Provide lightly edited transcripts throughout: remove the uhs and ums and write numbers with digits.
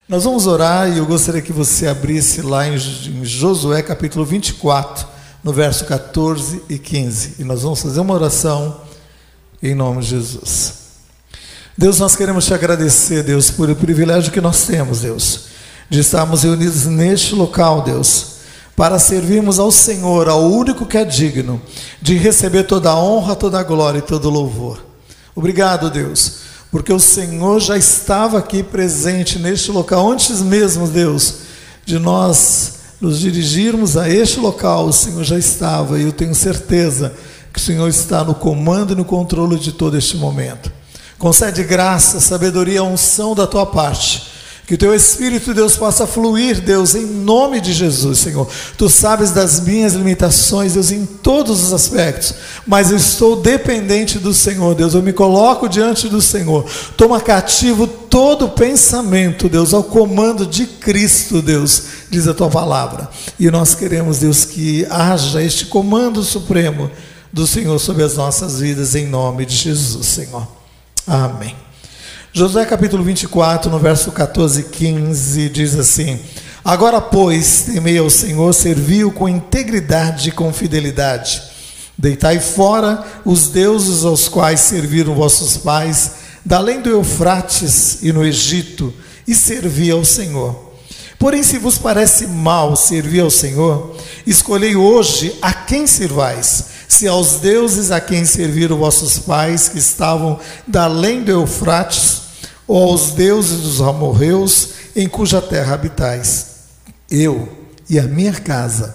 Nós vamos orar e eu gostaria que você abrisse lá em Josué capítulo 24, no verso 14 e 15. E nós vamos fazer uma oração em nome de Jesus. Deus, nós queremos te agradecer, Deus, por o privilégio que nós temos, Deus, de estarmos reunidos neste local, Deus, para servirmos ao Senhor, ao único que é digno de receber toda a honra, toda a glória e todo o louvor. Obrigado, Deus, porque o Senhor já estava aqui presente neste local, antes mesmo, Deus, de nós nos dirigirmos a este local, o Senhor já estava, e eu tenho certeza que o Senhor está no comando e no controle de todo este momento. Concede graça, sabedoria, unção da tua parte, que o teu Espírito, Deus, possa fluir, Deus, em nome de Jesus, Senhor. Tu sabes das minhas limitações, Deus, em todos os aspectos, mas eu estou dependente do Senhor, Deus. Eu me coloco diante do Senhor. Toma cativo todo pensamento, Deus, ao comando de Cristo, Deus, diz a tua palavra. E nós queremos, Deus, que haja este comando supremo do Senhor sobre as nossas vidas, em nome de Jesus, Senhor. Amém. Josué capítulo 24, no verso 14 e 15, diz assim: Agora, pois, temei ao Senhor, servi-o com integridade e com fidelidade. Deitai fora os deuses aos quais serviram vossos pais, da além do Eufrates e no Egito, e servi ao Senhor. Porém, se vos parece mal servir ao Senhor, escolhei hoje a quem servais, se aos deuses a quem serviram vossos pais, que estavam da além do Eufrates, ou aos deuses dos amorreus, em cuja terra habitais. Eu e a minha casa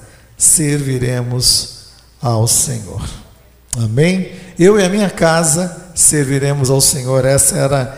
serviremos ao Senhor. Amém? Eu e a minha casa serviremos ao Senhor. Essa era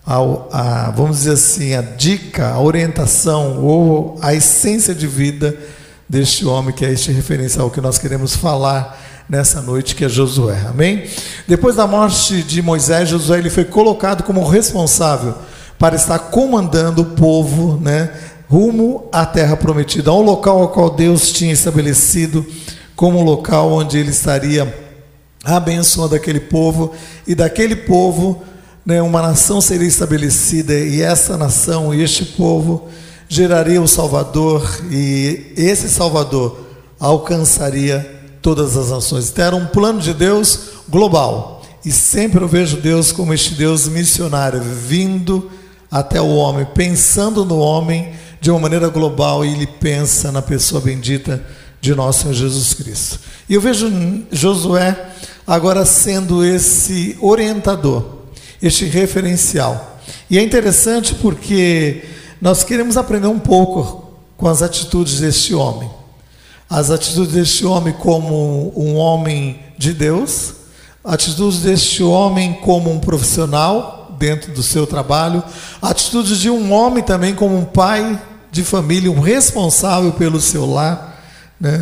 vamos dizer assim, a dica, a orientação ou a essência de vida deste homem, que é este referencial que nós queremos falar nessa noite, que é Josué. Amém? Depois da morte de Moisés, Josué ele foi colocado como responsável para estar comandando o povo, né, rumo à terra prometida, a um local ao qual Deus tinha estabelecido como um local onde ele estaria abençoando aquele povo, e daquele povo, né, uma nação seria estabelecida, e essa nação e este povo geraria o Salvador, e esse Salvador alcançaria todas as nações. Então era um plano de Deus global, e sempre eu vejo Deus como este Deus missionário, vindo até o homem, pensando no homem de uma maneira global, e ele pensa na pessoa bendita de nosso Senhor Jesus Cristo. E eu vejo Josué agora sendo esse orientador, este referencial. E é interessante porque nós queremos aprender um pouco com as atitudes deste homem. As atitudes deste homem como um homem de Deus, atitudes deste homem como um profissional dentro do seu trabalho, atitudes de um homem também como um pai de família, um responsável pelo seu lar, né?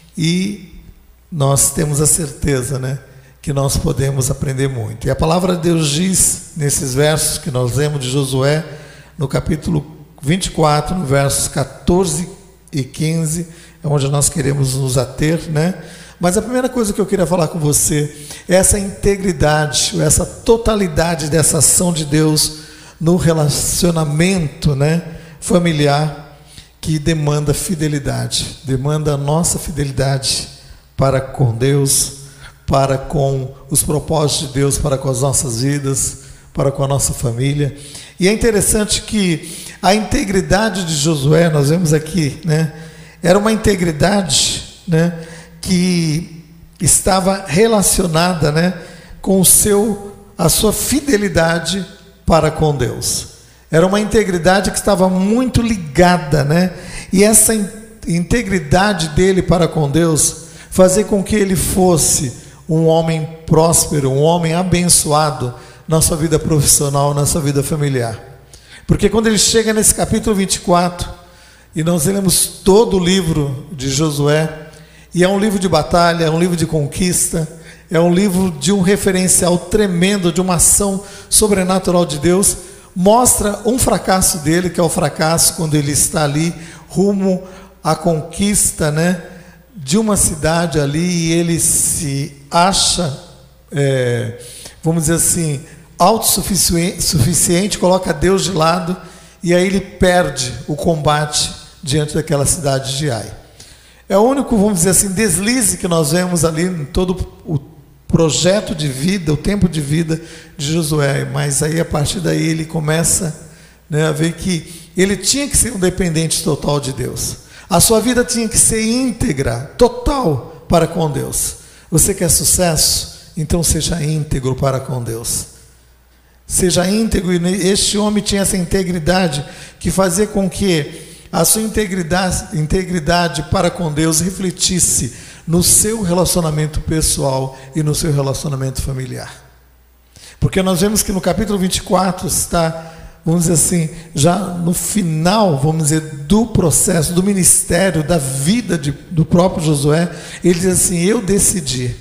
E nós temos a certeza, né, que nós podemos aprender muito. E a palavra de Deus diz, nesses versos que nós lemos de Josué, no capítulo 24, no versos 14 e 15, é onde nós queremos nos ater, né? Mas a primeira coisa que eu queria falar com você é essa integridade, essa totalidade dessa ação de Deus no relacionamento, né, familiar, que demanda fidelidade, demanda a nossa fidelidade para com Deus, para com os propósitos de Deus, para com as nossas vidas, para com a nossa família. E é interessante que a integridade de Josué, nós vemos aqui, né, era uma integridade, né, que estava relacionada, né, com a sua fidelidade para com Deus. Era uma integridade que estava muito ligada, né, e essa integridade dele para com Deus fazia com que ele fosse um homem próspero, um homem abençoado na sua vida profissional, na sua vida familiar. Porque quando ele chega nesse capítulo 24, e nós lemos todo o livro de Josué, e é um livro de batalha, é um livro de conquista, é um livro de um referencial tremendo, de uma ação sobrenatural de Deus, mostra um fracasso dele, que é o fracasso quando ele está ali, rumo à conquista, né, de uma cidade ali, e ele se acha, vamos dizer assim, autossuficiente, coloca Deus de lado, e aí ele perde o combate diante daquela cidade de Ai. É o único, vamos dizer assim, deslize que nós vemos ali em todo o projeto de vida, o tempo de vida de Josué, mas aí a partir daí ele começa, né, a ver que ele tinha que ser um dependente total de Deus. A sua vida tinha que ser íntegra, total para com Deus. Você quer sucesso? Então seja íntegro para com Deus. Seja íntegro, e este homem tinha essa integridade que fazia com que a sua integridade para com Deus refletisse no seu relacionamento pessoal e no seu relacionamento familiar. Porque nós vemos que no capítulo 24 está, vamos dizer assim, já no final, vamos dizer, do processo, do ministério, da vida do próprio Josué, ele diz assim: eu decidi,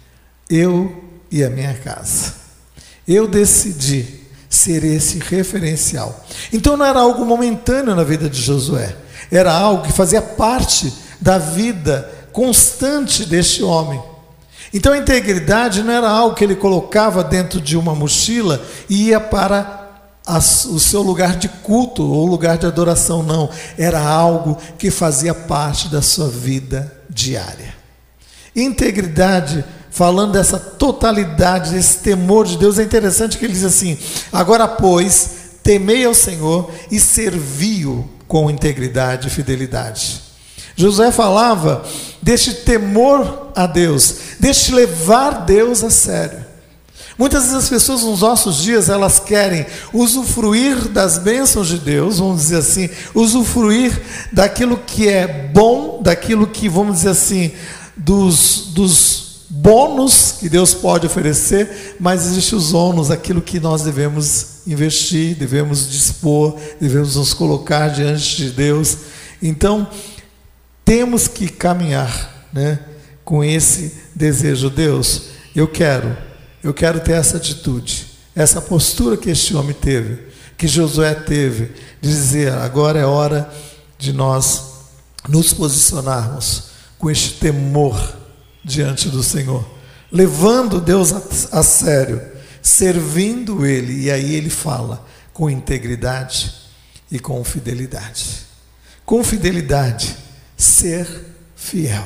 eu e a minha casa, eu decidi ser esse referencial. Então não era algo momentâneo na vida de Josué, era algo que fazia parte da vida constante deste homem. Então a integridade não era algo que ele colocava dentro de uma mochila e ia para o seu lugar de culto ou lugar de adoração, não. Era algo que fazia parte da sua vida diária. Integridade, falando dessa totalidade, desse temor de Deus, é interessante que ele diz assim: agora, pois, temei ao Senhor e servi-o com integridade e fidelidade. Josué falava deste temor a Deus, deste levar Deus a sério. Muitas vezes as pessoas nos nossos dias, elas querem usufruir das bênçãos de Deus, vamos dizer assim, usufruir daquilo que é bom, daquilo que, vamos dizer assim, dos bônus que Deus pode oferecer, mas existem os ônus, aquilo que nós devemos investir, devemos dispor, devemos nos colocar diante de Deus. Então, temos que caminhar, né, com esse desejo. Deus, eu quero ter essa atitude, essa postura que este homem teve, que Josué teve, de dizer: agora é hora de nós nos posicionarmos com este temor diante do Senhor, levando Deus a sério, servindo Ele. E aí ele fala com integridade e com fidelidade. Com fidelidade, ser fiel.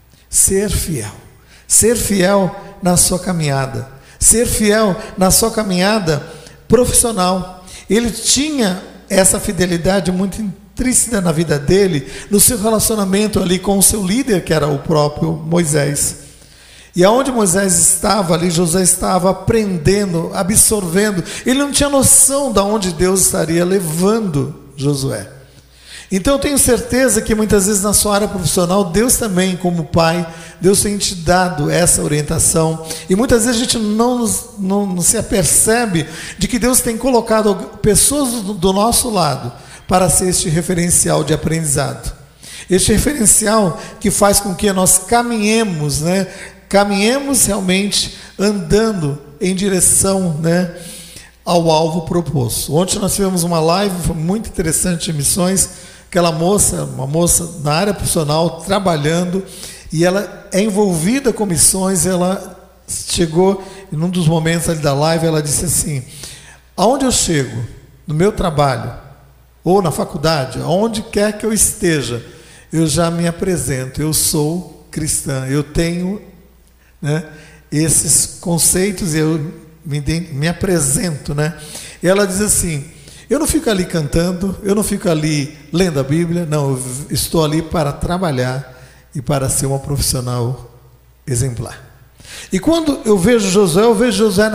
Ser fiel. Ser fiel na sua caminhada. Ser fiel na sua caminhada profissional. Ele tinha essa fidelidade muito intrínseca na vida dele, no seu relacionamento ali com o seu líder, que era o próprio Moisés. E aonde Moisés estava ali, Josué estava aprendendo, absorvendo. Ele não tinha noção de onde Deus estaria levando Josué. Então eu tenho certeza que muitas vezes na sua área profissional, Deus também, como Pai, Deus tem te dado essa orientação. E muitas vezes a gente não se apercebe de que Deus tem colocado pessoas do nosso lado para ser este referencial de aprendizado. Este referencial que faz com que nós caminhemos, né? Caminhemos realmente andando em direção, né, ao alvo proposto. Ontem nós tivemos uma live, foi muito interessante, de missões. Aquela moça, uma moça na área profissional, trabalhando, e ela é envolvida com missões. Ela chegou, em um dos momentos ali da live, ela disse assim: aonde eu chego, no meu trabalho, ou na faculdade, aonde quer que eu esteja, eu já me apresento, eu sou cristã, eu tenho, né, esses conceitos, eu me apresento, né? E ela diz assim: eu não fico ali cantando, eu não fico ali lendo a Bíblia, não, eu estou ali para trabalhar e para ser uma profissional exemplar. E quando eu vejo Josué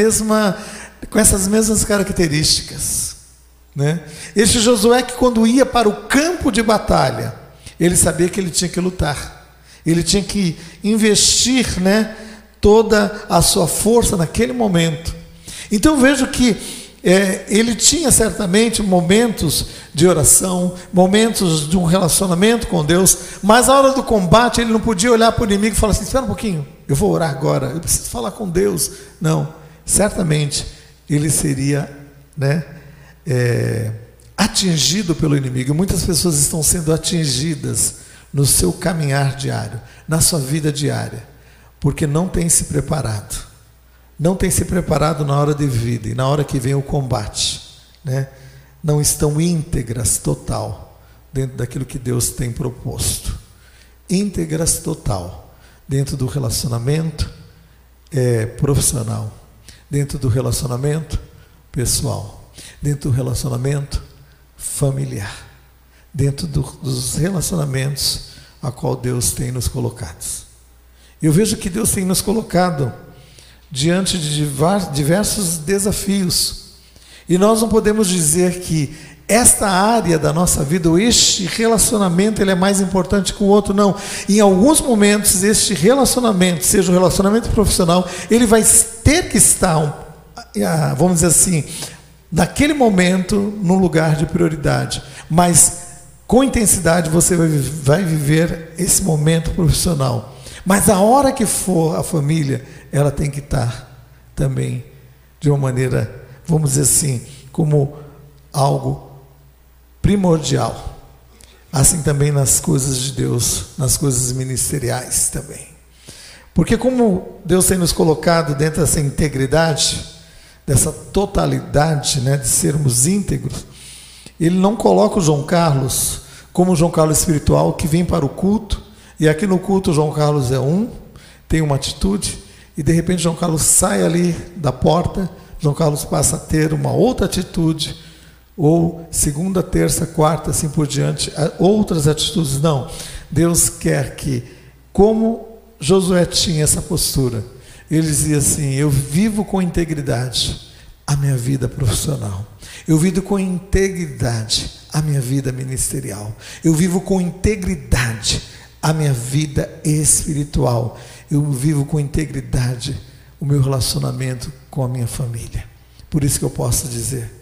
com essas mesmas características, né? Este Josué que, quando ia para o campo de batalha, ele sabia que ele tinha que lutar, ele tinha que investir, né, toda a sua força naquele momento. Então eu vejo que ele tinha certamente momentos de oração, momentos de um relacionamento com Deus, mas na hora do combate ele não podia olhar para o inimigo e falar assim: espera um pouquinho, eu vou orar agora, eu preciso falar com Deus. Não, certamente ele seria, né, atingido pelo inimigo. Muitas pessoas estão sendo atingidas no seu caminhar diário, na sua vida diária, porque não tem se preparado. Não tem se preparado na hora de vida e na hora que vem o combate, né? não estão íntegras total dentro daquilo que Deus tem proposto. Íntegras total dentro do relacionamento profissional, dentro do relacionamento pessoal, dentro do relacionamento familiar, dentro dos relacionamentos a qual Deus tem nos colocado. Eu vejo que Deus tem nos colocado diante de diversos desafios, e nós não podemos dizer que esta área da nossa vida, ou este relacionamento, ele é mais importante que o outro, não. Em alguns momentos, este relacionamento, seja o relacionamento profissional, ele vai ter que estar, vamos dizer assim, naquele momento, num lugar de prioridade, mas com intensidade você vai viver esse momento profissional. Mas a hora que for a família, ela tem que estar também de uma maneira, vamos dizer assim, como algo primordial. Assim também nas coisas de Deus, nas coisas ministeriais também. Porque como Deus tem nos colocado dentro dessa integridade, dessa totalidade, né, de sermos íntegros, Ele não coloca o João Carlos como o João Carlos espiritual que vem para o culto, e aqui no culto o João Carlos tem uma atitude, e de repente João Carlos sai ali da porta, João Carlos passa a ter uma outra atitude, ou segunda, terça, quarta, assim por diante, outras atitudes. Não, Deus quer que, como Josué tinha essa postura, ele dizia assim: eu vivo com integridade a minha vida profissional, eu vivo com integridade a minha vida ministerial, eu vivo com integridade a minha vida espiritual, eu vivo com integridade o meu relacionamento com a minha família. Por isso que eu posso dizer,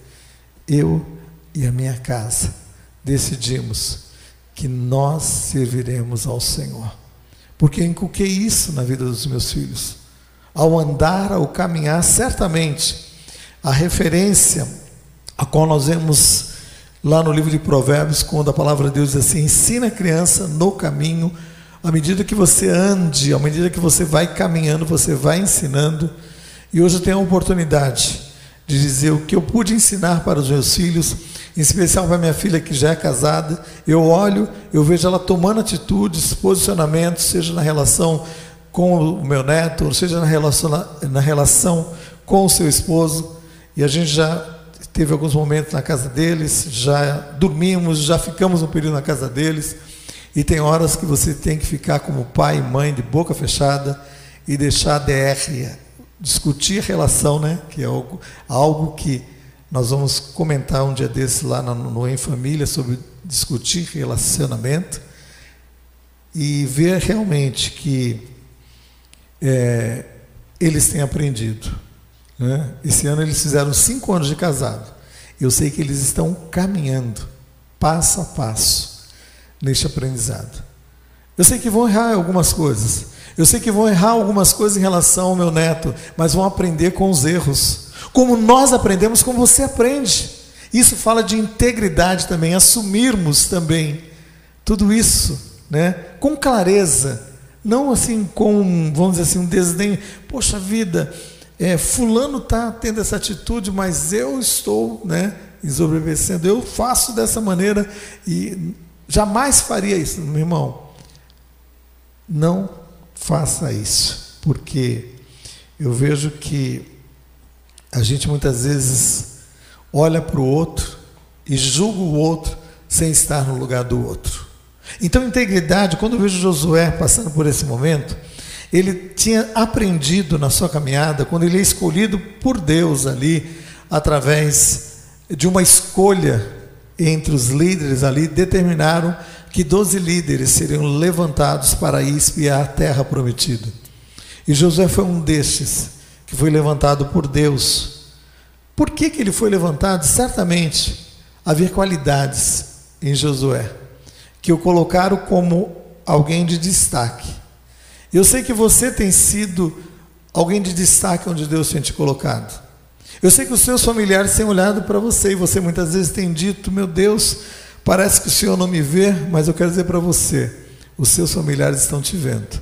eu e a minha casa decidimos que nós serviremos ao Senhor, porque eu inculquei isso na vida dos meus filhos. Ao andar, ao caminhar, certamente a referência a qual nós vemos lá no livro de Provérbios, quando a palavra de Deus diz assim: ensina a criança no caminho, à medida que você ande, à medida que você vai caminhando, você vai ensinando. E hoje eu tenho a oportunidade de dizer o que eu pude ensinar para os meus filhos, em especial para minha filha que já é casada. Eu olho, eu vejo ela tomando atitudes, posicionamentos, seja na relação com o meu neto, ou seja na relação com o seu esposo. E a gente já teve alguns momentos na casa deles, já dormimos, já ficamos um período na casa deles, e tem horas que você tem que ficar como pai e mãe de boca fechada e deixar a DR, discutir relação, né? Que é algo que nós vamos comentar um dia desses lá no Em Família, sobre discutir relacionamento, e ver realmente que eles têm aprendido, né? Esse ano eles fizeram 5 anos de casado. Eu sei que eles estão caminhando passo a passo neste aprendizado. Eu sei que vão errar algumas coisas, eu sei que vão errar algumas coisas em relação ao meu neto, mas vão aprender com os erros, como nós aprendemos, como você aprende. Isso fala de integridade também, assumirmos também tudo isso, né, com clareza, não assim com, vamos dizer assim, um desdém. Poxa vida, fulano está tendo essa atitude, mas eu estou, né, desobedecendo, eu faço dessa maneira e jamais faria isso. Meu irmão, não faça isso, porque eu vejo que a gente muitas vezes olha para o outro e julga o outro sem estar no lugar do outro. Então, integridade, quando eu vejo Josué passando por esse momento, ele tinha aprendido na sua caminhada, quando ele é escolhido por Deus ali, através de uma escolha entre os líderes ali, determinaram que 12 líderes seriam levantados para ir espiar a terra prometida. E Josué foi um destes que foi levantado por Deus. Por que ele foi levantado? Certamente havia qualidades em Josué que o colocaram como alguém de destaque. Eu sei que você tem sido alguém de destaque onde Deus tem te colocado. Eu sei que os seus familiares têm olhado para você, e você muitas vezes tem dito: meu Deus, parece que o Senhor não me vê, mas eu quero dizer para você, os seus familiares estão te vendo.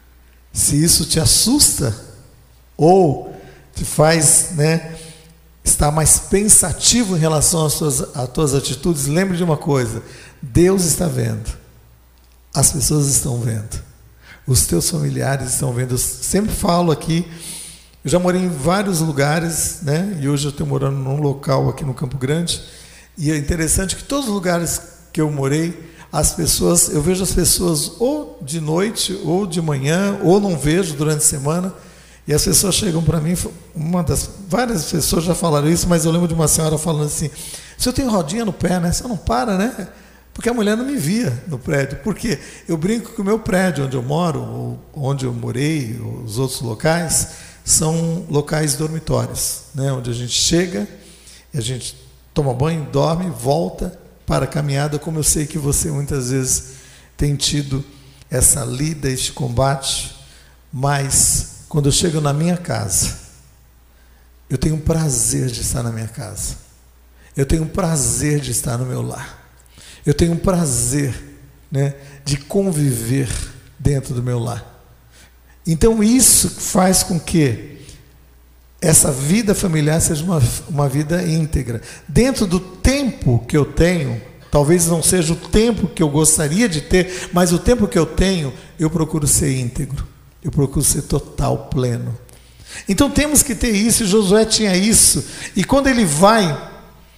Se isso te assusta, ou te faz, está mais pensativo em relação às tuas atitudes, lembre de uma coisa: Deus está vendo, as pessoas estão vendo, os teus familiares estão vendo. Eu sempre falo aqui, eu já morei em vários lugares, né? E hoje eu estou morando num local aqui no Campo Grande, e é interessante que todos os lugares que eu morei, as pessoas, eu vejo as pessoas ou de noite, ou de manhã, ou não vejo durante a semana, e as pessoas chegam para mim, várias pessoas já falaram isso, mas eu lembro de uma senhora falando assim: se eu tenho rodinha no pé, né? Você não para, né? Porque a mulher não me via no prédio. Porque eu brinco que o meu prédio, onde eu moro, ou onde eu morei, os outros locais, são locais dormitórios, né? Onde a gente chega, a gente toma banho, dorme, volta para a caminhada, como eu sei que você muitas vezes tem tido essa lida, este combate, mas quando eu chego na minha casa, eu tenho prazer de estar na minha casa, eu tenho prazer de estar no meu lar, eu tenho prazer, né, de conviver dentro do meu lar. Então isso faz com que essa vida familiar seja uma vida íntegra. Dentro do tempo que eu tenho, talvez não seja o tempo que eu gostaria de ter, mas o tempo que eu tenho, eu procuro ser íntegro, eu procuro ser total, pleno. Então temos que ter isso, e Josué tinha isso. E quando ele vai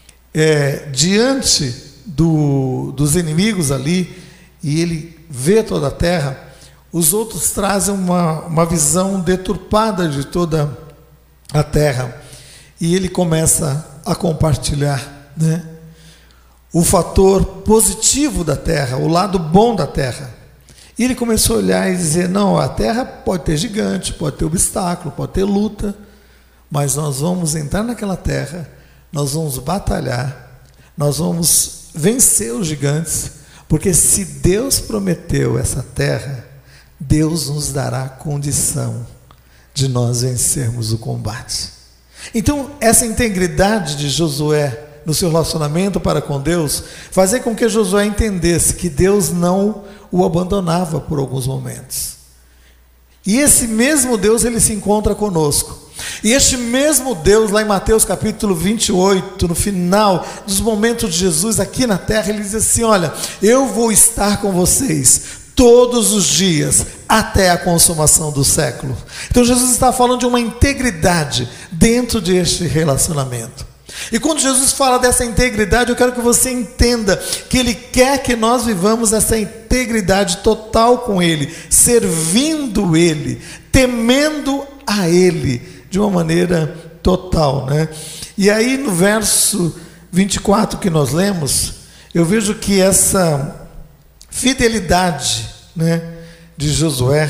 diante dos inimigos ali, e ele vê toda a terra, os outros trazem uma visão deturpada de toda a terra, e ele começa a compartilhar, né, o fator positivo da terra, o lado bom da terra. E ele começou a olhar e dizer: não, a terra pode ter gigante, pode ter obstáculo, pode ter luta, mas nós vamos entrar naquela terra, nós vamos batalhar, nós vamos vencer os gigantes, porque se Deus prometeu essa terra, Deus nos dará a condição de nós vencermos o combate. Então, essa integridade de Josué no seu relacionamento para com Deus, fazia com que Josué entendesse que Deus não o abandonava por alguns momentos. E esse mesmo Deus, ele se encontra conosco. E este mesmo Deus, lá em Mateus capítulo 28, no final dos momentos de Jesus aqui na terra, ele diz assim: olha, eu vou estar com vocês todos os dias, até a consumação do século. Então Jesus está falando de uma integridade dentro deste relacionamento. E quando Jesus fala dessa integridade, eu quero que você entenda que Ele quer que nós vivamos essa integridade total com Ele, servindo Ele, temendo a Ele, de uma maneira total, né? E aí no verso 24 que nós lemos, eu vejo que essa fidelidade, né, de Josué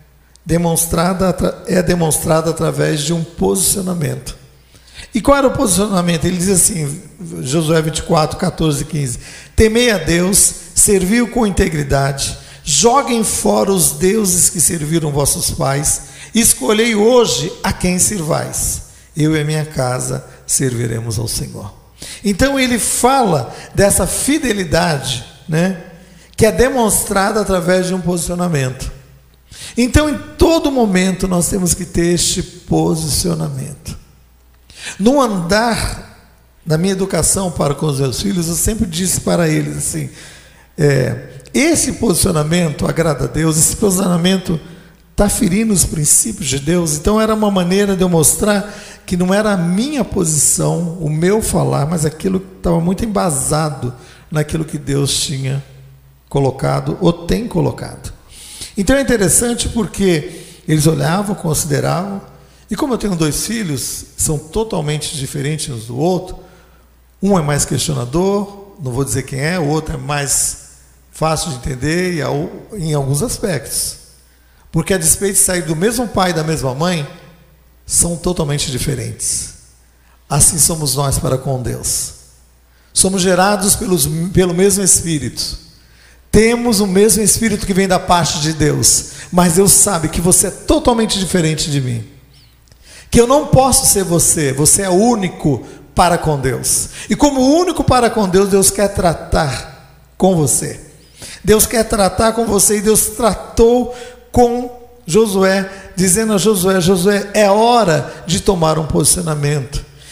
é demonstrada através de um posicionamento. E qual era o posicionamento? Ele diz assim, Josué 24, 14 e 15: temei a Deus, servi-o com integridade, joguem fora os deuses que serviram vossos pais, escolhei hoje a quem sirvais, eu e a minha casa serviremos ao Senhor. Então ele fala dessa fidelidade, né, que é demonstrada através de um posicionamento. Então em todo momento nós temos que ter este posicionamento. No andar, na minha educação para com os meus filhos, eu sempre disse para eles assim, esse posicionamento agrada a Deus, esse posicionamento está ferindo os princípios de Deus. Então era uma maneira de eu mostrar que não era a minha posição, o meu falar, mas aquilo que estava muito embasado naquilo que Deus tinha colocado ou tem colocado. Então é interessante porque eles olhavam, consideravam. E como eu tenho dois filhos, são totalmente diferentes uns do outro. Um é mais questionador, não vou dizer quem é, o outro é mais fácil de entender em alguns aspectos. Porque a despeito de sair do mesmo pai e da mesma mãe, são totalmente diferentes. Assim somos nós para com Deus. Somos gerados pelo mesmo Espírito. Temos o mesmo Espírito que vem da parte de Deus. Mas Deus sabe que você é totalmente diferente de mim. Que eu não posso ser você, você é único para com Deus. E como único para com Deus, Deus quer tratar com você. Deus quer tratar com você, e Deus tratou com Josué, dizendo a Josué: Josué, é hora de tomar um posicionamento.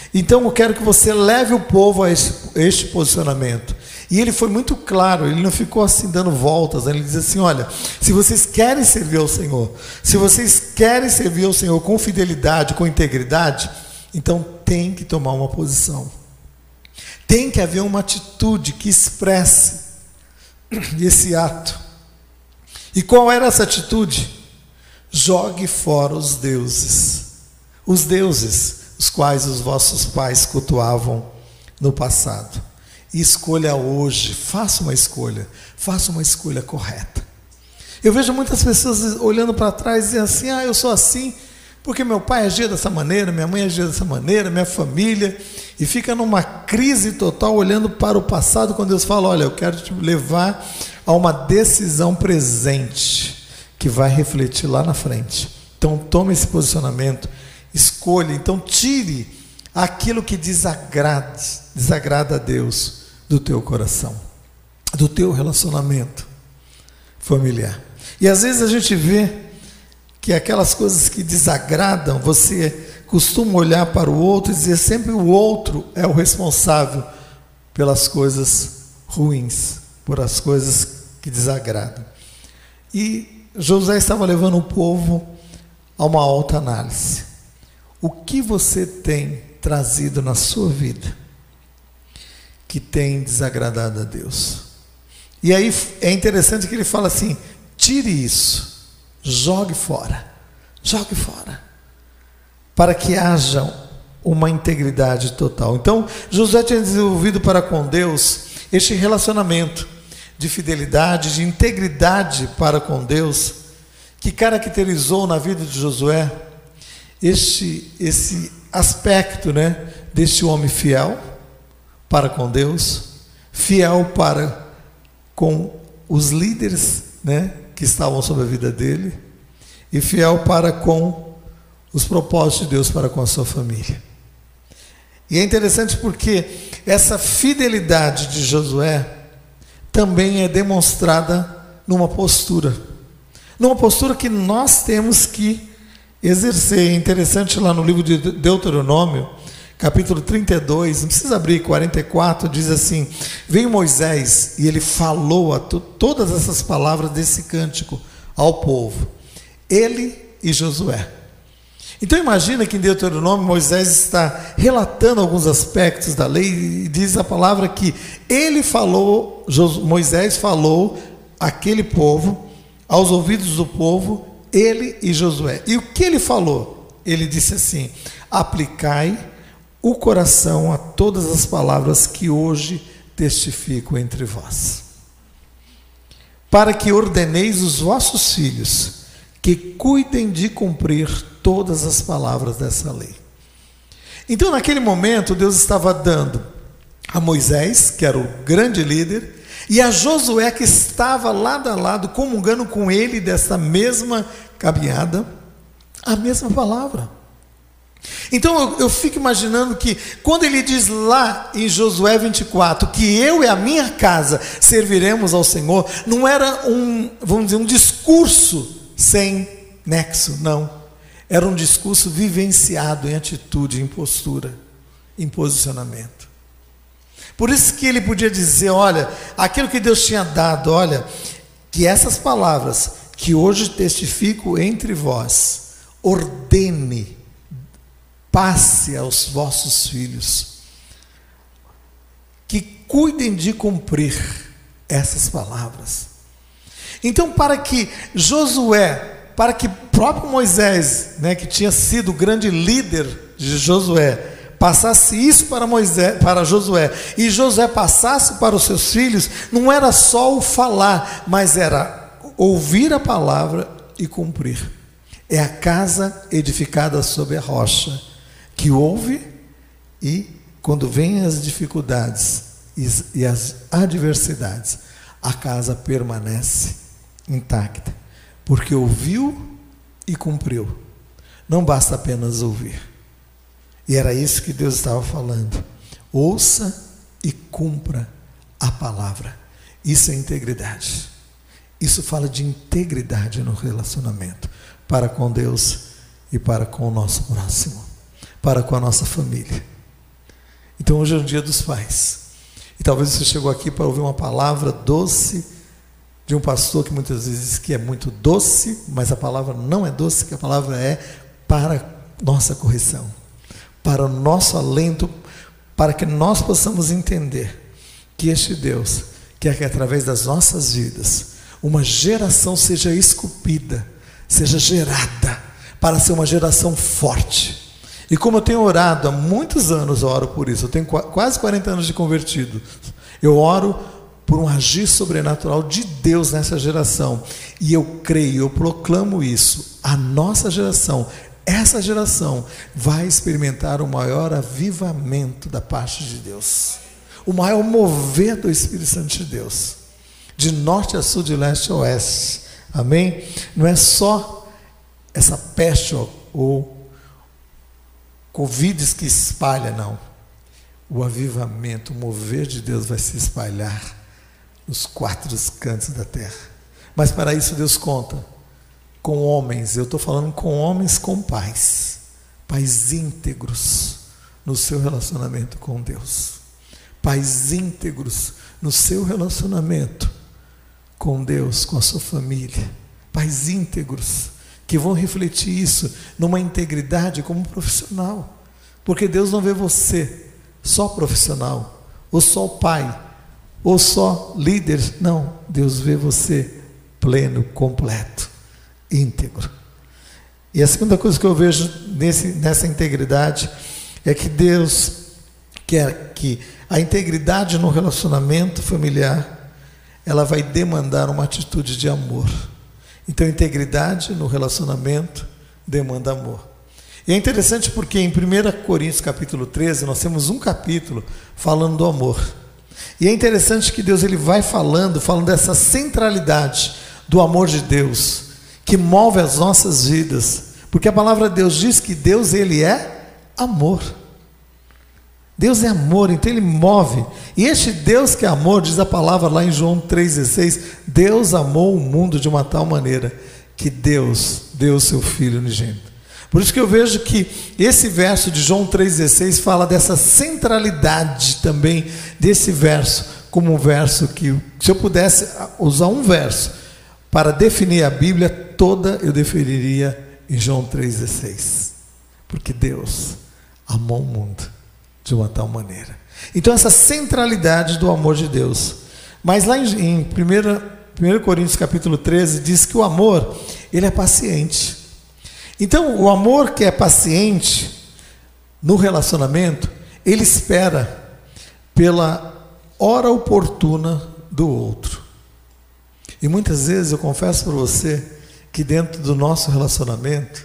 Então eu quero que você leve o povo a este posicionamento. E ele foi muito claro, ele não ficou assim dando voltas, né? Ele diz assim: olha, se vocês querem servir ao Senhor, se vocês querem servir ao Senhor com fidelidade, com integridade, então tem que tomar uma posição. Tem que haver uma atitude que expresse esse ato. E qual era essa atitude? Jogue fora os deuses os quais os vossos pais cultuavam no passado. E escolha hoje, faça uma escolha correta. Eu vejo muitas pessoas olhando para trás e dizendo assim: eu sou assim porque meu pai agia dessa maneira, minha mãe agia dessa maneira, minha família, e fica numa crise total olhando para o passado, quando Deus fala: olha, eu quero te levar a uma decisão presente que vai refletir lá na frente. Então tome esse posicionamento, escolha, então tire aquilo que desagrada a Deus do teu coração, do teu relacionamento familiar. E às vezes a gente vê que aquelas coisas que desagradam, você costuma olhar para o outro e dizer sempre o outro é o responsável pelas coisas ruins, por as coisas que desagradam. E Josué estava levando o povo a uma alta análise. O que você tem trazido na sua vida que tem desagradado a Deus? E aí é interessante que ele fala assim: tire isso, jogue fora, para que haja uma integridade total. Então Josué tinha desenvolvido para com Deus este relacionamento de fidelidade, de integridade para com Deus, que caracterizou na vida de Josué esse aspecto, né, deste homem fiel para com Deus, fiel para com os líderes, né, que estavam sobre a vida dele, e fiel para com os propósitos de Deus para com a sua família. E é interessante porque essa fidelidade de Josué também é demonstrada numa postura que nós temos que exercer. É interessante, lá no livro de Deuteronômio, capítulo 32, não precisa abrir, 44, diz assim: veio Moisés e ele falou todas essas palavras desse cântico ao povo, ele e Josué. Então imagina que em Deuteronômio Moisés está relatando alguns aspectos da lei, e diz a palavra que ele falou, Moisés falou àquele povo, aos ouvidos do povo, ele e Josué. E o que ele falou? Ele disse assim: aplicai o coração a todas as palavras que hoje testifico entre vós, para que ordeneis os vossos filhos que cuidem de cumprir todas as palavras dessa lei. Então naquele momento Deus estava dando a Moisés, que era o grande líder, e a Josué, que estava lado a lado comungando com ele dessa mesma caminhada, a mesma palavra. Então eu fico imaginando que quando ele diz lá em Josué 24 que eu e a minha casa serviremos ao Senhor, não era vamos dizer, um discurso sem nexo, não. Era um discurso vivenciado em atitude, em postura, em posicionamento. Por isso que ele podia dizer: olha, aquilo que Deus tinha dado, olha, que essas palavras que hoje testifico entre vós, ordene, passe aos vossos filhos, que cuidem de cumprir essas palavras. Então, para que próprio Moisés, né, que tinha sido o grande líder de Josué, passasse isso para Josué, e Josué passasse para os seus filhos, não era só o falar, mas era ouvir a palavra e cumprir. É a casa edificada sobre a rocha, que ouve, e quando vêm as dificuldades e as adversidades, a casa permanece intacta, porque ouviu e cumpriu. Não basta apenas ouvir. E era isso que Deus estava falando: ouça e cumpra a palavra. Isso é integridade. Isso fala de integridade no relacionamento para com Deus e para com o nosso próximo, para com a nossa família. Então hoje é o dia dos pais. E talvez você chegou aqui para ouvir uma palavra doce de um pastor que muitas vezes diz que é muito doce, mas a palavra não é doce, que a palavra é para nossa correção, para o nosso alento, para que nós possamos entender que este Deus quer que através das nossas vidas uma geração seja esculpida, seja gerada para ser uma geração forte. E como eu tenho orado há muitos anos, eu oro por isso, eu tenho quase 40 anos de convertido, eu oro por um agir sobrenatural de Deus nessa geração, e eu creio, eu proclamo isso, a nossa geração, essa geração vai experimentar o maior avivamento da parte de Deus, o maior mover do Espírito Santo de Deus, de norte a sul, de leste a oeste, amém? Não é só essa peste ou Covid que espalha, não. O avivamento, o mover de Deus vai se espalhar nos 4 cantos da terra. Mas para isso Deus conta com homens, eu estou falando com homens com pais íntegros no seu relacionamento com Deus, pais íntegros no seu relacionamento com Deus, com a sua família, pais íntegros, que vão refletir isso numa integridade como profissional, porque Deus não vê você só profissional, ou só pai, ou só líder, não, Deus vê você pleno, completo, íntegro. E a segunda coisa que eu vejo nessa integridade é que Deus quer que a integridade no relacionamento familiar, ela vai demandar uma atitude de amor. Então, integridade no relacionamento demanda amor. E é interessante porque em 1 Coríntios capítulo 13, nós temos um capítulo falando do amor. E é interessante que Deus ele vai falando dessa centralidade do amor de Deus, que move as nossas vidas. Porque a palavra de Deus diz que Deus ele é amor. Deus é amor, então Ele move. E este Deus que é amor, diz a palavra lá em João 3,16, Deus amou o mundo de uma tal maneira que Deus deu o seu Filho unigênito. Por isso que eu vejo que esse verso de João 3,16 fala dessa centralidade também desse verso, como um verso que, se eu pudesse usar um verso para definir a Bíblia toda, eu definiria em João 3,16. Porque Deus amou o mundo de uma tal maneira. Então essa centralidade do amor de Deus. Mas lá em 1 Coríntios capítulo 13 diz que o amor, ele é paciente. Então o amor que é paciente no relacionamento, ele espera pela hora oportuna do outro. E muitas vezes eu confesso para você que dentro do nosso relacionamento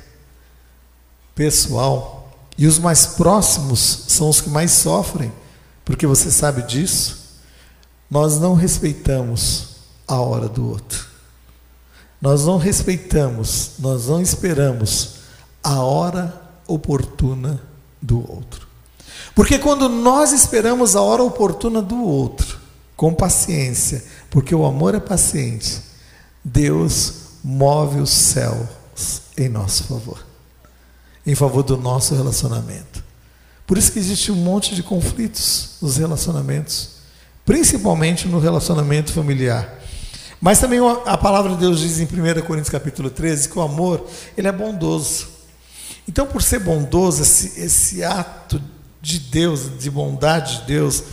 pessoal, e os mais próximos são os que mais sofrem, porque você sabe disso, nós não respeitamos a hora do outro. Nós não respeitamos, nós não esperamos a hora oportuna do outro. Porque quando nós esperamos a hora oportuna do outro, com paciência, porque o amor é paciente, Deus move os céus em nosso favor, em favor do nosso relacionamento. Por isso que existe um monte de conflitos nos relacionamentos, principalmente no relacionamento familiar. Mas também a palavra de Deus diz em 1 Coríntios capítulo 13 que o amor, ele é bondoso. Então, por ser bondoso, esse ato de Deus, de bondade de Deus,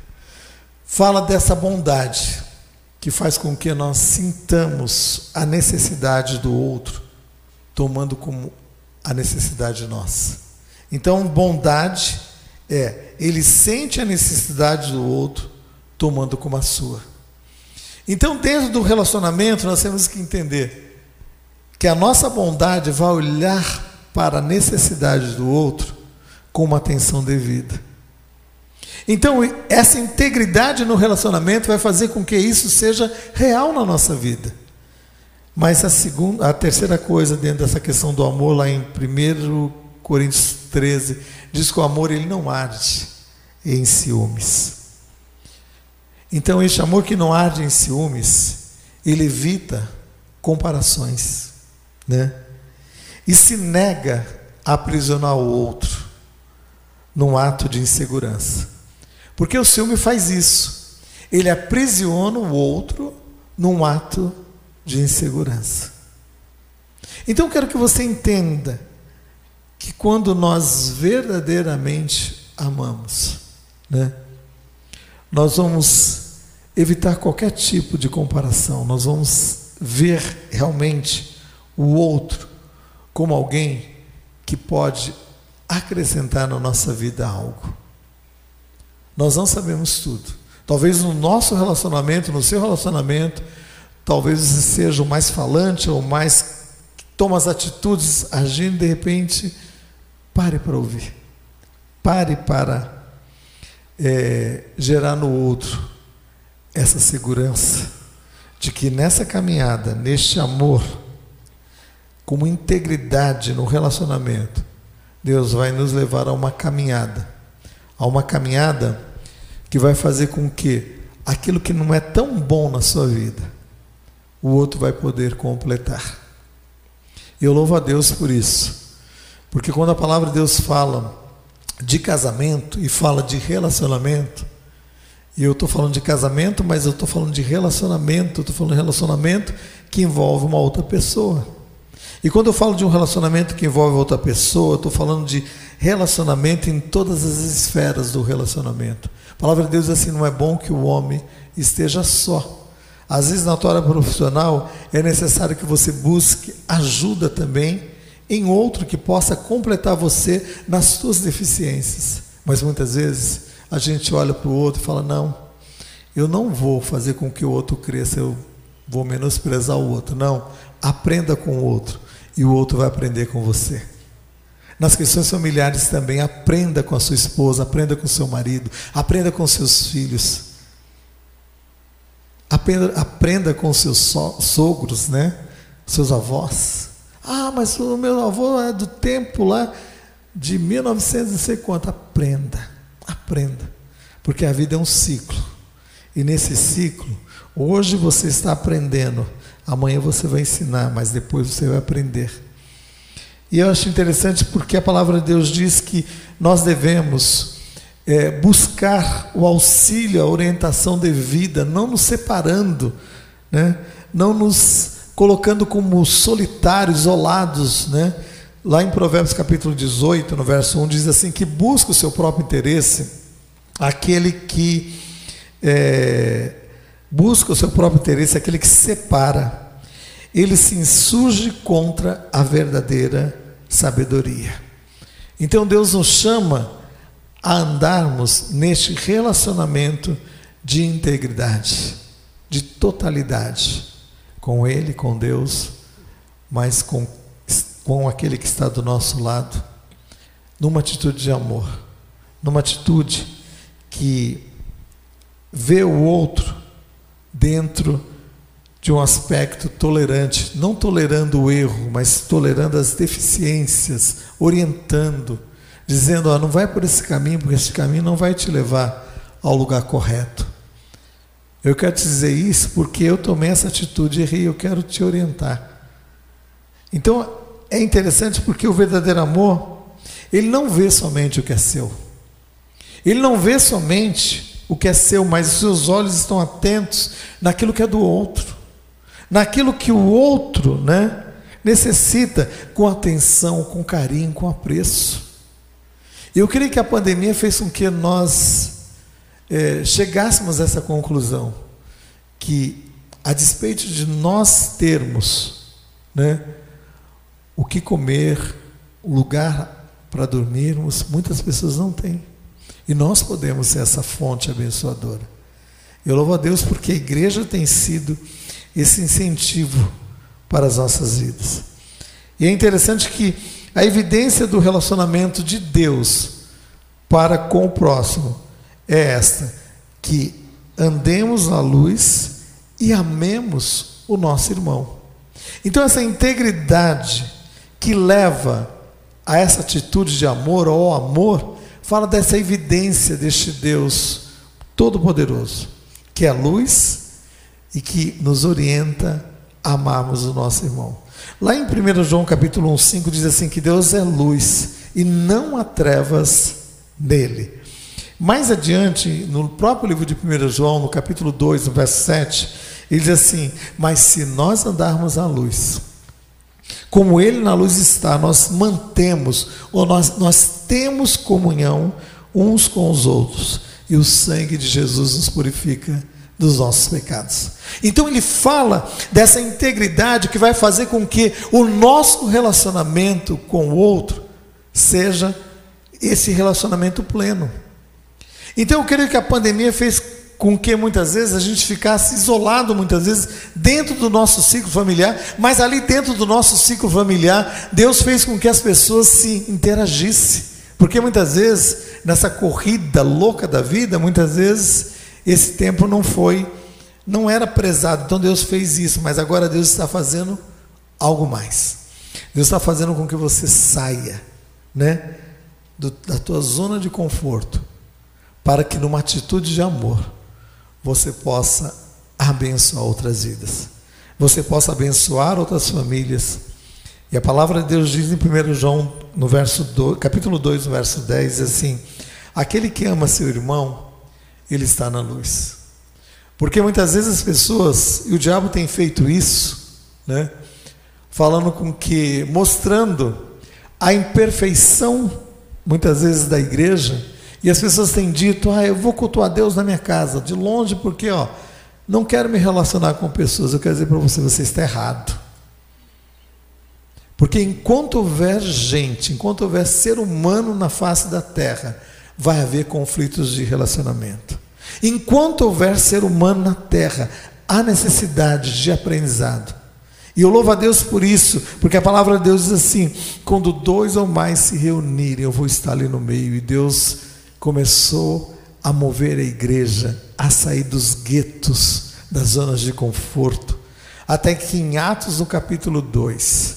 fala dessa bondade que faz com que nós sintamos a necessidade do outro, tomando como a necessidade nossa. Então, bondade é, ele sente a necessidade do outro, tomando como a sua. Então, dentro do relacionamento, nós temos que entender que a nossa bondade vai olhar para a necessidade do outro com uma atenção devida. Então, essa integridade no relacionamento vai fazer com que isso seja real na nossa vida. Mas a terceira coisa dentro dessa questão do amor, lá em 1 Coríntios 13, diz que o amor ele não arde em ciúmes. Então, este amor que não arde em ciúmes, ele evita comparações, né? E se nega a aprisionar o outro, num ato de insegurança. Porque o ciúme faz isso. Ele aprisiona o outro num ato de insegurança. Então eu quero que você entenda que quando nós verdadeiramente amamos, né, nós vamos evitar qualquer tipo de comparação. Nós vamos ver realmente o outro como alguém que pode acrescentar na nossa vida algo. Nós não sabemos tudo. Talvez no nosso relacionamento, no seu relacionamento, talvez você seja o mais falante ou mais que toma as atitudes agindo, de repente, pare para ouvir. Pare para gerar no outro essa segurança de que nessa caminhada, neste amor, com integridade no relacionamento, Deus vai nos levar a uma caminhada que vai fazer com que aquilo que não é tão bom na sua vida, o outro vai poder completar. E eu louvo a Deus por isso, porque quando a palavra de Deus fala de casamento e fala de relacionamento, e eu estou falando de casamento, mas eu estou falando de relacionamento, estou falando de relacionamento que envolve uma outra pessoa. E quando eu falo de um relacionamento que envolve outra pessoa, eu estou falando de relacionamento em todas as esferas do relacionamento. A palavra de Deus diz assim: não é bom que o homem esteja só. Às vezes na tua área profissional é necessário que você busque ajuda também em outro que possa completar você nas suas deficiências. Mas muitas vezes a gente olha para o outro e fala: não, eu não vou fazer com que o outro cresça, eu vou menosprezar o outro. Não, aprenda com o outro e o outro vai aprender com você. Nas questões familiares também, aprenda com a sua esposa, aprenda com o seu marido, aprenda com seus filhos, aprenda com seus sogros, né? Seus avós. Ah, mas o meu avô é do tempo lá de 1900 não sei quanto. Aprenda, porque a vida é um ciclo, e nesse ciclo, hoje você está aprendendo, amanhã você vai ensinar, mas depois você vai aprender. E eu acho interessante porque a palavra de Deus diz que nós devemos buscar o auxílio, a orientação devida, não nos separando, né? Não nos colocando como solitários, isolados, né? Lá em Provérbios capítulo 18, no verso 1, diz assim: que busca o seu próprio interesse, aquele que busca o seu próprio interesse, aquele que se separa, ele se insurge contra a verdadeira sabedoria. Então Deus nos chama a andarmos neste relacionamento de integridade, de totalidade, com Ele, com Deus, mas com aquele que está do nosso lado, numa atitude de amor, numa atitude que vê o outro dentro de um aspecto tolerante, não tolerando o erro, mas tolerando as deficiências, orientando, dizendo: não vai por esse caminho, porque esse caminho não vai te levar ao lugar correto. Eu quero te dizer isso porque eu tomei essa atitude e errei, eu quero te orientar. Então é interessante porque o verdadeiro amor, ele não vê somente o que é seu, ele não vê somente o que é seu, mas os seus olhos estão atentos naquilo que é do outro, naquilo que o outro, né, necessita, com atenção, com carinho, com apreço. Eu creio que a pandemia fez com que nós chegássemos a essa conclusão, que a despeito de nós termos, né, o que comer, o lugar para dormirmos, muitas pessoas não têm, e nós podemos ser essa fonte abençoadora. Eu louvo a Deus porque a igreja tem sido esse incentivo para as nossas vidas. E é interessante que a evidência do relacionamento de Deus para com o próximo é esta: que andemos na luz e amemos o nosso irmão. Então essa integridade que leva a essa atitude de amor ou amor, fala dessa evidência deste Deus Todo-Poderoso, que é luz e que nos orienta a amarmos o nosso irmão. Lá em 1 João capítulo 1:5 diz assim, que Deus é luz e não há trevas nele. Mais adiante, no próprio livro de 1 João, no capítulo 2, no verso 7, ele diz assim: mas se nós andarmos à luz, como ele na luz está, nós mantemos, ou nós temos comunhão uns com os outros, e o sangue de Jesus nos purifica dos nossos pecados. Então ele fala dessa integridade que vai fazer com que o nosso relacionamento com o outro seja esse relacionamento pleno. Então eu creio que a pandemia fez com que muitas vezes a gente ficasse isolado, muitas vezes dentro do nosso ciclo familiar, mas ali dentro do nosso ciclo familiar, Deus fez com que as pessoas se interagissem, porque muitas vezes nessa corrida louca da vida, muitas vezes esse tempo não era prezado. Então Deus fez isso, mas agora Deus está fazendo algo mais. Deus está fazendo com que você saia, né, da tua zona de conforto, para que numa atitude de amor você possa abençoar outras vidas, você possa abençoar outras famílias. E a palavra de Deus diz em 1 João, no capítulo 2, no verso 10, diz assim: aquele que ama seu irmão, ele está na luz. Porque muitas vezes as pessoas, e o diabo tem feito isso, né, mostrando a imperfeição, muitas vezes, da igreja. E as pessoas têm dito: eu vou cultuar Deus na minha casa, de longe, porque não quero me relacionar com pessoas. Eu quero dizer para você está errado. Porque enquanto houver gente, enquanto houver ser humano na face da terra, vai haver conflitos de relacionamento. Enquanto houver ser humano na terra, há necessidade de aprendizado. E eu louvo a Deus por isso, porque a palavra de Deus diz assim: quando 2 ou mais se reunirem, eu vou estar ali no meio. E Deus começou a mover a igreja a sair dos guetos, das zonas de conforto, até que em Atos, no capítulo 2,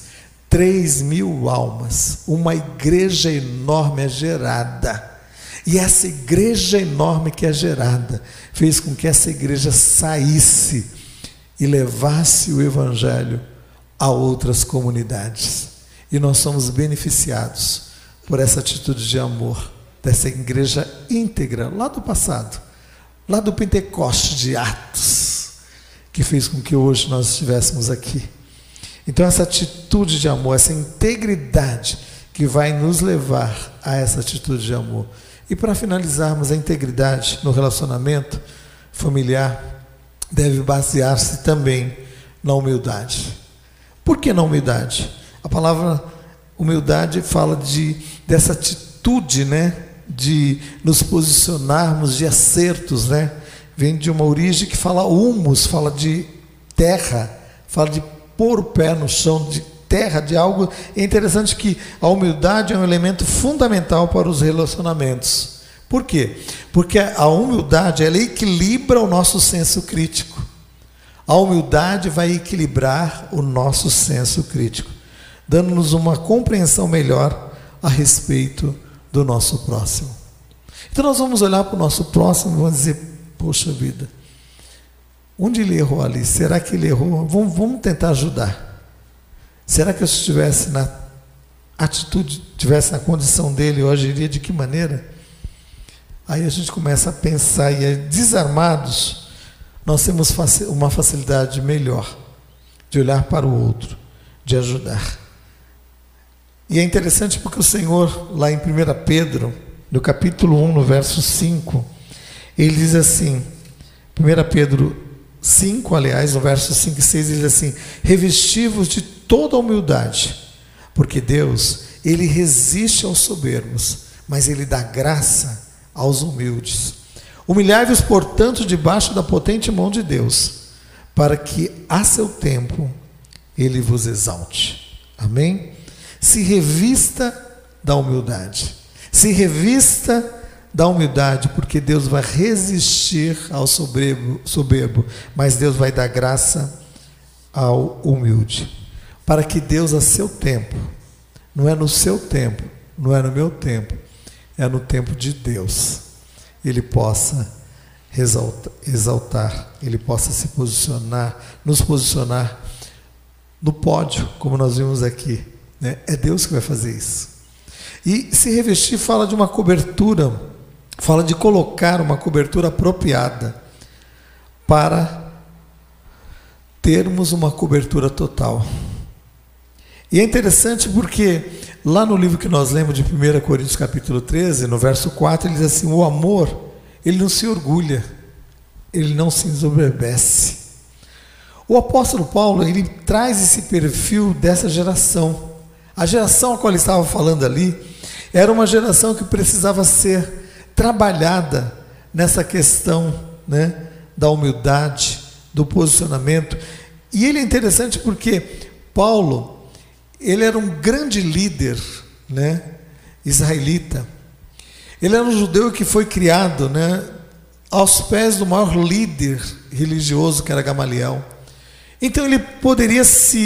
3.000 almas, uma igreja enorme é gerada. E essa igreja enorme que é gerada fez com que essa igreja saísse e levasse o evangelho a outras comunidades. E nós somos beneficiados por essa atitude de amor dessa igreja íntegra, lá do passado, lá do Pentecoste de Atos, que fez com que hoje nós estivéssemos aqui. Então essa atitude de amor, essa integridade que vai nos levar a essa atitude de amor. E para finalizarmos, a integridade no relacionamento familiar deve basear-se também na humildade. Por que na humildade? A palavra humildade fala dessa atitude, né, de nos posicionarmos, de acertos, né? Vem de uma origem que fala humus, fala de terra, fala de pôr o pé no chão, de terra, de algo. É interessante que a humildade é um elemento fundamental para os relacionamentos. Por quê? Porque a humildade, ela equilibra o nosso senso crítico. A humildade vai equilibrar o nosso senso crítico, dando-nos uma compreensão melhor a respeito do nosso próximo. Então nós vamos olhar para o nosso próximo e vamos dizer: poxa vida, onde ele errou ali? Será que ele errou? Vamos tentar ajudar. Será que eu estivesse na atitude, estivesse na condição dele, eu agiria de que maneira? Aí a gente começa a pensar, e desarmados, nós temos uma facilidade melhor de olhar para o outro, de ajudar. E é interessante porque o Senhor, lá em 1 Pedro, no capítulo 1, no verso 5, ele diz assim, 1 Pedro 5, aliás, no verso 5 e 6, ele diz assim: revesti-vos de toda a humildade, porque Deus, ele resiste aos soberbos, mas ele dá graça aos humildes. Humilhai-vos, portanto, debaixo da potente mão de Deus, para que a seu tempo ele vos exalte. Amém? Se revista da humildade. Se revista da humildade, porque Deus vai resistir ao soberbo, mas Deus vai dar graça ao humilde. Para que Deus, a seu tempo, não é no seu tempo, não é no meu tempo, é no tempo de Deus, ele possa exaltar, ele possa se posicionar, nos posicionar no pódio, como nós vimos aqui, né? É Deus que vai fazer isso. E se revestir fala de uma cobertura, fala de colocar uma cobertura apropriada para termos uma cobertura total. E é interessante porque lá no livro que nós lemos de 1 Coríntios capítulo 13, no verso 4, ele diz assim: o amor, ele não se orgulha, ele não se ensoberbece. O apóstolo Paulo, ele traz esse perfil dessa geração. A geração a qual ele estava falando ali era uma geração que precisava ser trabalhada nessa questão, né, da humildade, do posicionamento. E ele é interessante porque Paulo, ele era um grande líder, né, israelita. Ele era um judeu que foi criado, né, aos pés do maior líder religioso, que era Gamaliel. Então ele poderia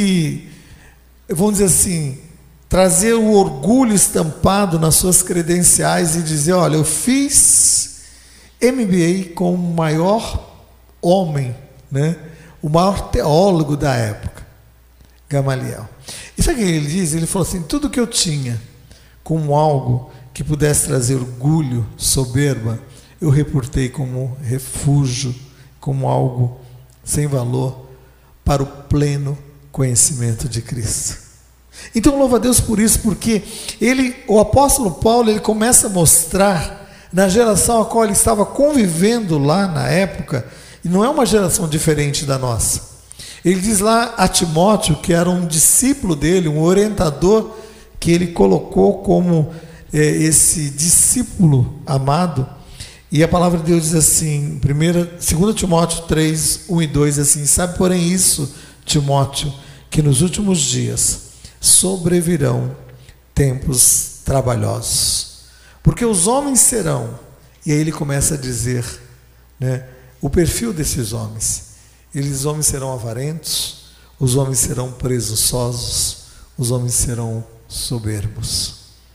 vamos dizer assim, trazer o orgulho estampado nas suas credenciais e dizer: olha, eu fiz MBA com o maior homem, né, o maior teólogo da época, Gamaliel. E sabe o que ele diz? Ele falou assim: tudo que eu tinha como algo que pudesse trazer orgulho, soberba, eu reportei como refúgio, como algo sem valor, para o pleno conhecimento de Cristo. Então louva a Deus por isso, porque o apóstolo Paulo, ele começa a mostrar na geração a qual ele estava convivendo lá na época, e não é uma geração diferente da nossa. Ele diz lá a Timóteo, que era um discípulo dele, um orientador, que ele colocou como esse discípulo amado. E a palavra de Deus diz assim, 2 Timóteo 3, 1 e 2, assim: sabe, porém, isso, Timóteo, que nos últimos dias sobrevirão tempos trabalhosos, porque os homens serão, e aí ele começa a dizer, né, o perfil desses homens. Os homens serão avarentos, os homens serão presunçosos, os homens serão soberbos.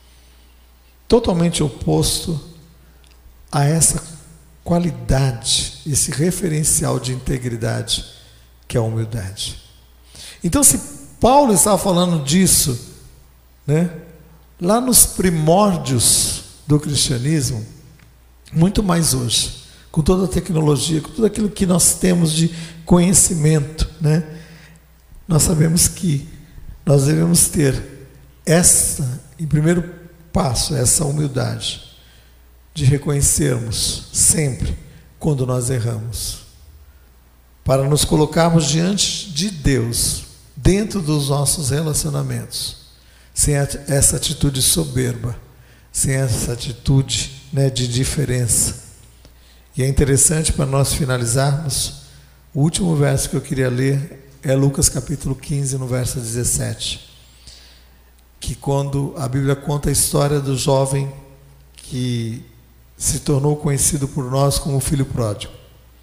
Totalmente oposto a essa qualidade, esse referencial de integridade que é a humildade. Então, se Paulo estava falando disso, né, lá nos primórdios do cristianismo, muito mais hoje, com toda a tecnologia, com tudo aquilo que nós temos de conhecimento, né, nós sabemos que nós devemos ter em primeiro passo, essa humildade de reconhecermos sempre quando nós erramos, para nos colocarmos diante de Deus, dentro dos nossos relacionamentos, sem essa atitude soberba, sem essa atitude, né, de diferença. E é interessante, para nós finalizarmos, o último verso que eu queria ler é Lucas capítulo 15, no verso 17, que quando a Bíblia conta a história do jovem que se tornou conhecido por nós como o filho pródigo.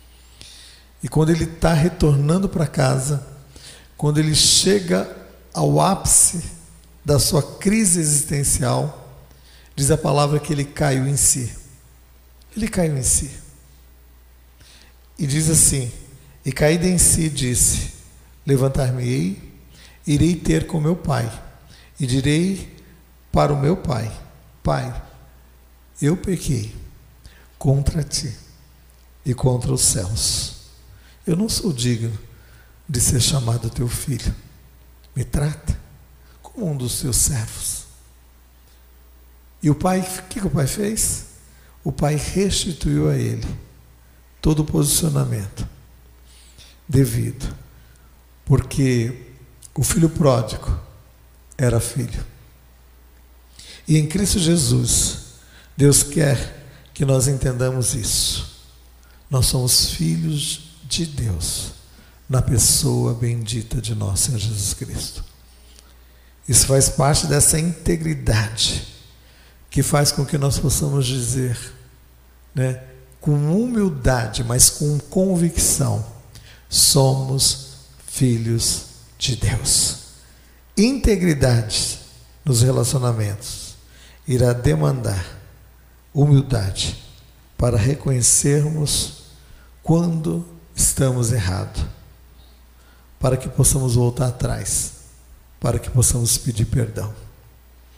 E quando ele está retornando para casa, quando ele chega ao ápice da sua crise existencial, diz a palavra que ele caiu em si. Ele caiu em si. E diz assim: e caído em si, disse: levantar-me-ei, irei ter com meu pai, e direi para o meu pai: Pai, eu pequei contra ti e contra os céus. Eu não sou digno de ser chamado teu filho. Me trata como um dos teus servos. E o pai, o que o pai fez? O pai restituiu a ele todo o posicionamento devido, porque o filho pródigo era filho. E em Cristo Jesus, Deus quer que nós entendamos isso. Nós somos filhos de Deus, na pessoa bendita de nosso Senhor Jesus Cristo. Isso faz parte dessa integridade que faz com que nós possamos dizer, né, com humildade, mas com convicção: somos filhos de Deus. Integridade nos relacionamentos irá demandar humildade para reconhecermos quando estamos errados, para que possamos voltar atrás, para que possamos pedir perdão.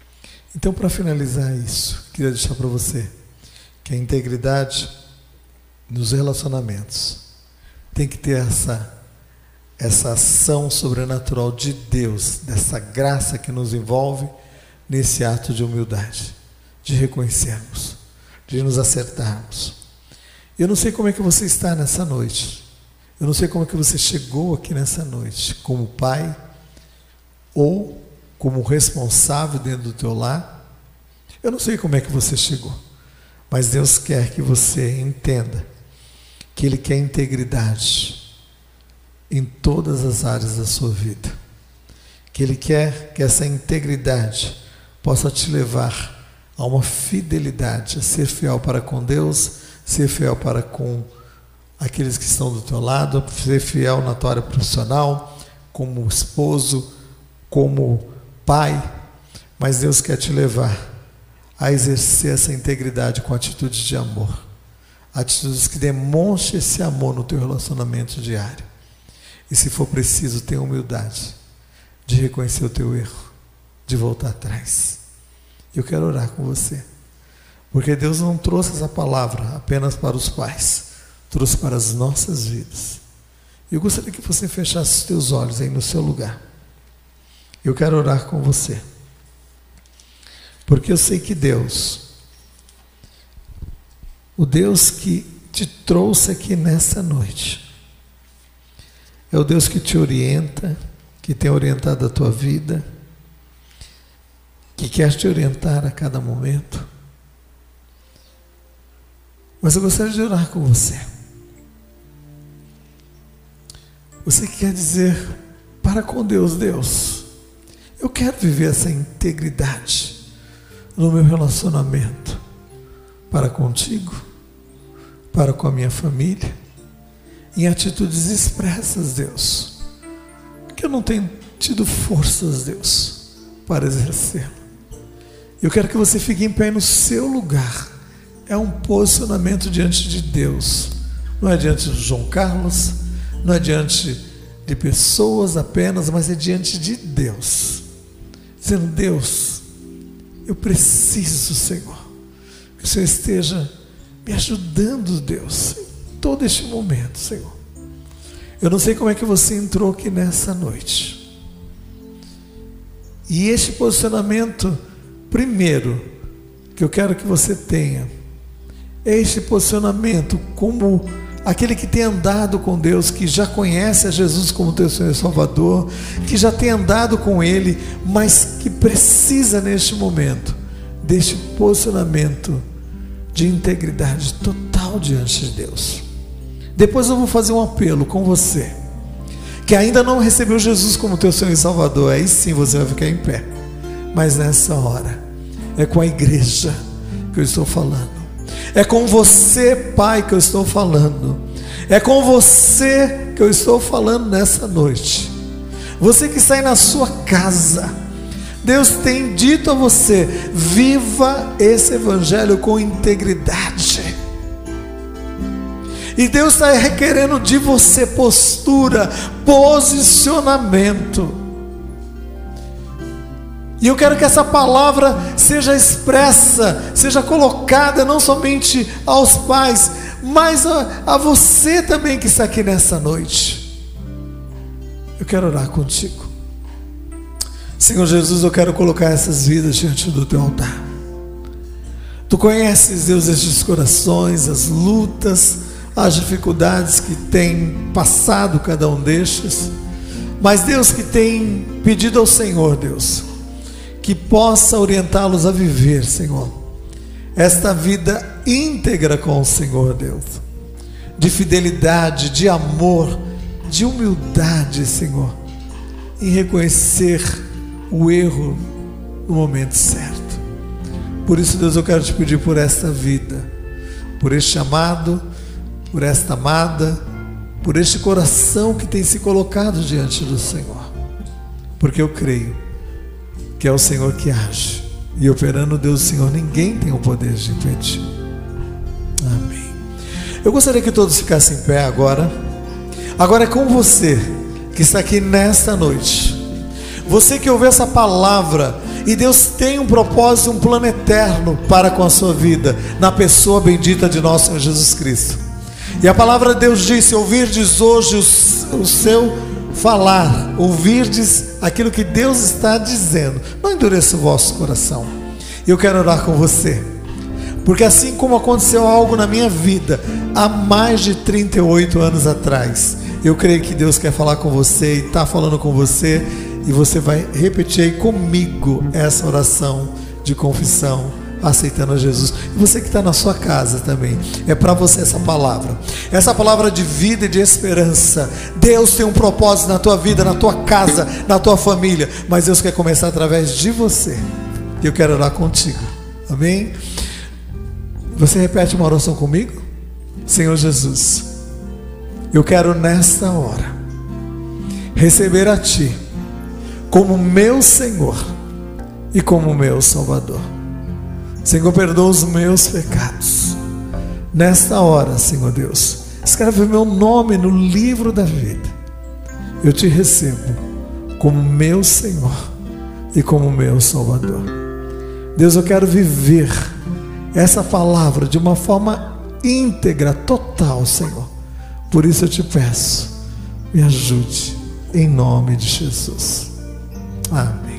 Então, para finalizar isso, queria deixar para você que a integridade nos relacionamentos tem que ter essa ação sobrenatural de Deus, dessa graça que nos envolve nesse ato de humildade, de reconhecermos, de nos acertarmos. Eu não sei como é que você está nessa noite, eu não sei como é que você chegou aqui nessa noite, como pai ou como responsável dentro do teu lar. Eu não sei como é que você chegou, mas Deus quer que você entenda que Ele quer integridade em todas as áreas da sua vida, que Ele quer que essa integridade possa te levar a uma fidelidade, a ser fiel para com Deus, ser fiel para com aqueles que estão do teu lado, ser fiel na tua área profissional, como esposo, como pai, mas Deus quer te levar a exercer essa integridade com atitudes de amor, atitudes que demonstrem esse amor no teu relacionamento diário. E se for preciso, tenha humildade de reconhecer o teu erro, de voltar atrás. Eu quero orar com você, porque Deus não trouxe essa palavra apenas para os pais, trouxe para as nossas vidas. Eu gostaria que você fechasse os teus olhos aí no seu lugar. Eu quero orar com você, porque eu sei que Deus, o Deus que te trouxe aqui nessa noite, é o Deus que te orienta, que tem orientado a tua vida, que quer te orientar a cada momento. Mas eu gostaria de orar com você. Você que quer dizer para com Deus: Deus, eu quero viver essa integridade no meu relacionamento para contigo, para com a minha família, em atitudes expressas, Deus, que eu não tenho tido forças, Deus, para exercer. Eu quero que você fique em pé no seu lugar. É um posicionamento diante de Deus, não é diante do João Carlos, não é diante de pessoas apenas, mas é diante de Deus, dizendo: Deus, eu preciso, Senhor, que o Senhor esteja me ajudando, Deus, em todo este momento, Senhor. Eu não sei como é que você entrou aqui nessa noite, e este posicionamento primeiro que eu quero que você tenha, este posicionamento como aquele que tem andado com Deus, que já conhece a Jesus como teu Senhor e Salvador, que já tem andado com Ele, mas que precisa neste momento deste posicionamento de integridade total diante de Deus. Depois eu vou fazer um apelo com você que ainda não recebeu Jesus como teu Senhor e Salvador. Aí sim você vai ficar em pé, mas nessa hora é com a igreja que eu estou falando, é com você, pai, que eu estou falando, é com você que eu estou falando nessa noite. Você que está aí na sua casa, Deus tem dito a você: viva esse evangelho com integridade. E Deus está requerendo de você postura, posicionamento. E eu quero que essa palavra seja expressa, seja colocada não somente aos pais, mas a você também que está aqui nessa noite. Eu quero orar contigo. Senhor Jesus, eu quero colocar essas vidas diante do teu altar. Tu conheces, Deus, estes corações, as lutas, as dificuldades que tem passado cada um destes, mas Deus, que tem pedido ao Senhor, Deus, que possa orientá-los a viver, Senhor, esta vida íntegra com o Senhor, Deus, de fidelidade, de amor, de humildade, Senhor, em reconhecer o erro no momento certo. Por isso, Deus, eu quero te pedir por esta vida, por este amado, por esta amada, por este coração que tem se colocado diante do Senhor, porque eu creio que é o Senhor que age, e operando Deus, o Senhor, ninguém tem o poder de impedir. Amém. Eu gostaria que todos ficassem em pé agora. Agora é com você que está aqui nesta noite, você que ouviu essa palavra E Deus tem um propósito, um plano eterno para com a sua vida, na pessoa bendita de nosso Senhor Jesus Cristo. E a palavra de Deus diz: se ouvirdes hoje o seu falar, ouvirdes aquilo que Deus está dizendo, não endureça o vosso coração. Eu quero orar com você, porque assim como aconteceu algo na minha vida há mais de 38 anos atrás, eu creio que Deus quer falar com você e está falando com você, e você vai repetir aí comigo essa oração de confissão, aceitando a Jesus. E você que está na sua casa também, é para você essa palavra de vida e de esperança. Deus tem um propósito na tua vida, na tua casa, na tua família, mas Deus quer começar através de você. E eu quero orar contigo, amém? Você repete uma oração comigo? Senhor Jesus, eu quero nesta hora receber a Ti como meu Senhor e como meu Salvador. Senhor, perdoa os meus pecados. Nesta hora, Senhor Deus, escreve o meu nome no livro da vida. Eu Te recebo como meu Senhor e como meu Salvador. Deus, eu quero viver essa palavra de uma forma íntegra, total, Senhor. Por isso eu Te peço, me ajude, em nome de Jesus. Amém.